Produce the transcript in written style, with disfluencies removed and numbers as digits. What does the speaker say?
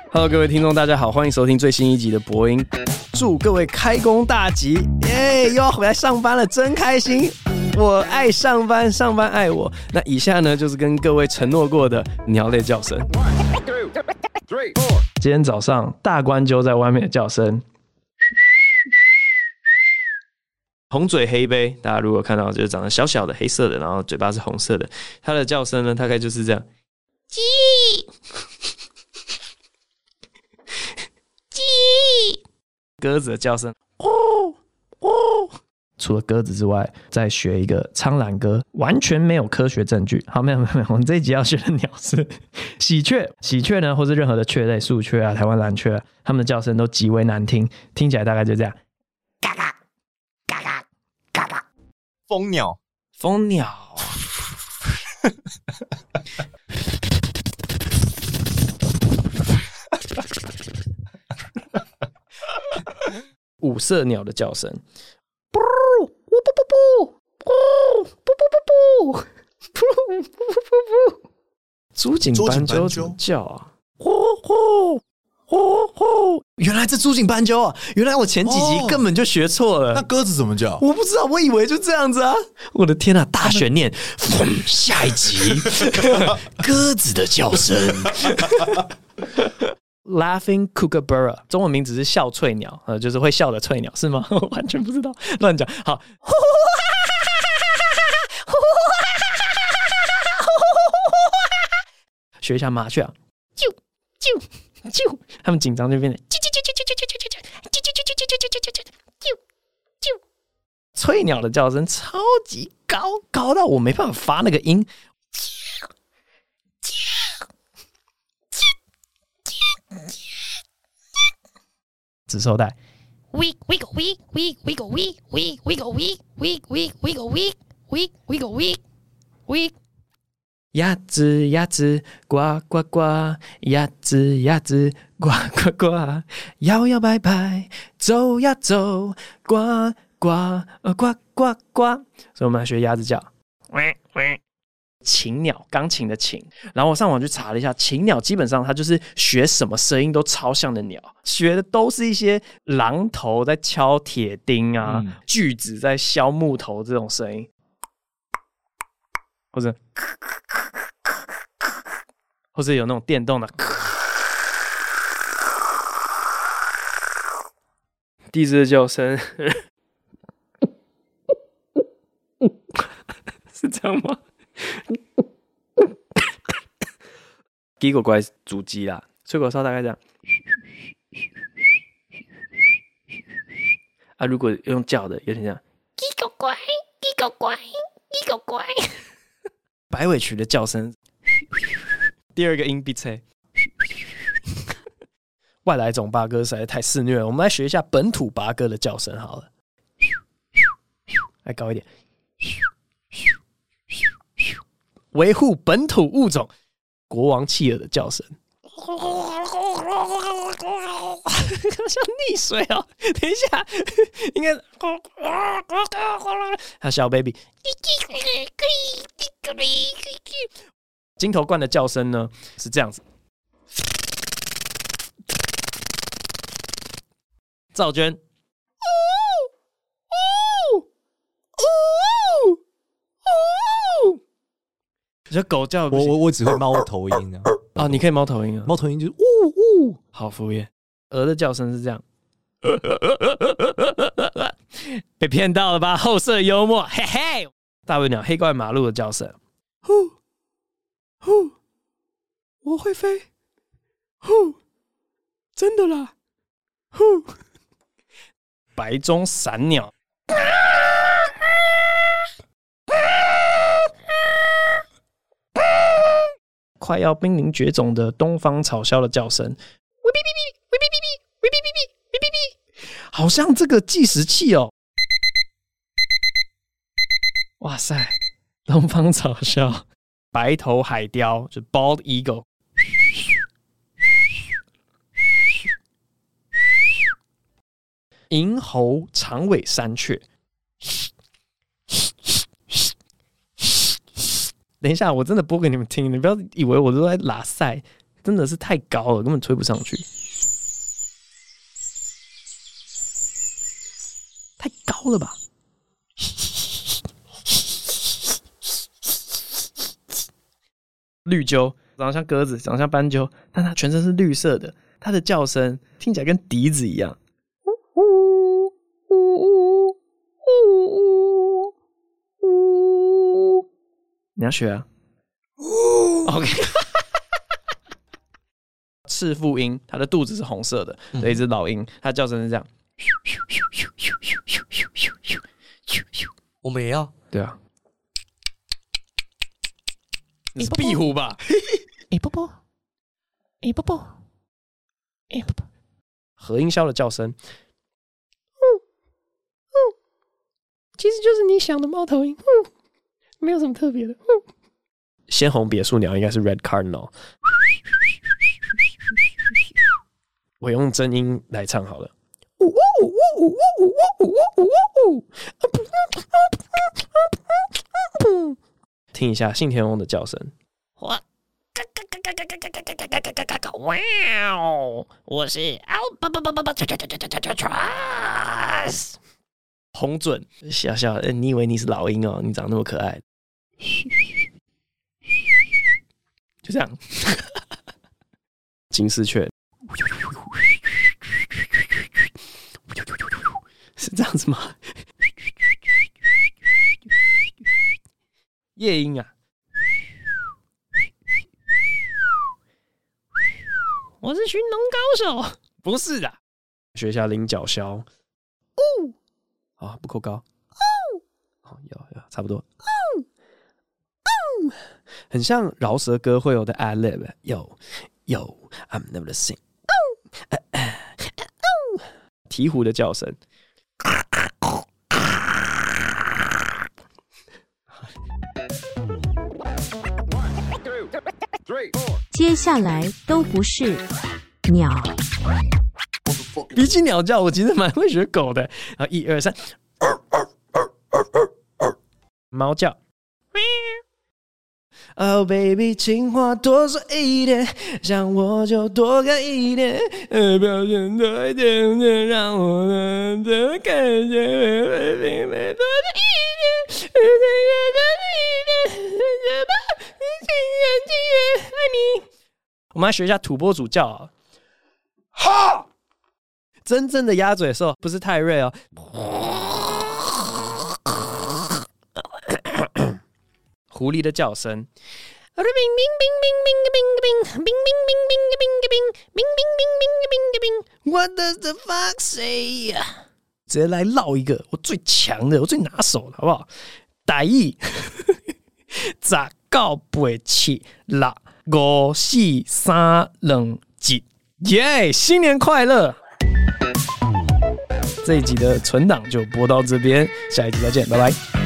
Hello， 各位听众，大家好，欢迎收听最新一集的播音。祝各位开工大吉！又要回来上班了，真开心！我爱上班，上班爱我。那以下呢，就是跟各位承诺过的鸟类叫声。今天早上大冠鸠在外面的叫声，红嘴黑鹎，大家如果看到就是长得小小的黑色的，然后嘴巴是红色的，它的叫声呢，大概就是这样。叽叽，鸽子的叫声，哦哦。除了鸽子之外，再学一个苍兰鸽，完全没有科学证据。好，没有，我们这一集要学的鸟是喜鹊。喜鹊呢，或是任何的雀类，树雀啊、台湾蓝雀啊，它们的叫声都极为难听，听起来大概就这样，嘎嘎嘎嘎嘎嘎。 蜂鸟， 蜂鸟。五色鸟的叫声，不不不不不不不不，朱颈斑鸠怎么叫啊？原来这朱颈斑鸠啊！原来我前几集根本就学错了。 那鸽子怎么叫？ 我不知道，我以为就这样子啊！我的天啊，大悬念！下一集鸽子的叫声。Laughing Kookaburra， 中文名字是笑翠鸟，就是会笑的翠鸟，是吗？我完全不知道，乱讲。好，学一下麻雀啊，啾啾啾，他们紧张就变成啾啾啾啾啾啾啾啾啾啾啾啾啾啾啾啾。翠鸟的叫声超级高，高到我没办法发那个音。紫绶带 ，we go we go we，鸭子鸭子呱呱呱，鸭子鸭子呱呱呱，摇摇摆摆走呀走，呱呱呱呱呱。所以我们来学鸭子叫。禽鸟，钢琴的琴。然后我上网去查了一下，禽鸟基本上它就是学什么声音都超像的鸟，学的都是一些榔头在敲铁钉啊，锯子在削木头这种声音，或者有那种电动的。第一只的叫声是这样吗？鸡狗乖主鸡啦，吹口哨大概这样。啊，如果用叫的，有点像鸡狗乖，鸡狗乖，鸡狗乖。白尾鸲的叫声，第二个音 B C。外来种八哥实在太肆虐了，我们来学一下本土八哥的叫声好了，来高一点。维护本土物种，国王企鹅的叫声，像溺水哦！等一下，应该还有小 baby， 金头冠的叫声呢是这样子。赵娟，你说狗叫我只会猫头鹰啊。 哦，你可以猫头鹰啊， 猫头鹰就是呜呜， 好服务业。鹅的叫声是这样，被骗到了吧？后设幽默，嘿嘿。大尾鸟黑怪马路的叫声，呼呼，我会飞，呼，真的啦，呼。白中闪鸟。快要濒临绝种的东方草鸮的叫声，好像这个计时器哦！哇塞，东方草鸮，白头海雕就 bald eagle， 银喉长尾山雀。等一下，我真的播给你们听，你不要以为我都在拉塞。 真的是太高了，根本吹不上去，太高了吧？绿鸠长得像鸽子，长得像斑鸠，但它全身是绿色的，它的叫声听起来跟笛子一样。你要学啊 ？OK。赤腹鹰，它的肚子是红色的，的一只老鹰，它叫声是这样。 我们也要。 对啊，你是壁虎吧？啵啵，啵啵，啵啵。何鹰枭的叫声，其实就是你想的猫头鹰，没有什么特别的。鲜红别墅鸟应该是 Red Cardinal。我用真音来唱好了。听一下信天翁的叫声。哇哦！我是红准，笑笑，你以为你是老鹰哦？你长那么可爱，就这样。金丝雀是这样子吗？夜莺啊，我是寻龙高手，不是的。学一下菱角枭，啊，不够高，有差不多，很像饶舌歌会有的 ad lib， yo I'm never the same， 鹈鹕的叫声。 接下来都不是鸟。 比起鸟叫，我其实蛮会学狗的。然后1、2、3，猫叫。Oh baby， 情话多说一点，想我就多看一点，表现多一点点，让我能的感觉多一点，爱你。我们来学一下土拨鼠叫啊！哈，真正的鸭嘴兽不是泰瑞哦。狐狸的叫声。What does the fox say？ 直接来唠一个我最强的，我最拿手的，好不好？台语十九八七六5、4、3、2、1，耶！新年快乐！这一集的存档就播到这边，下一集再见，拜拜。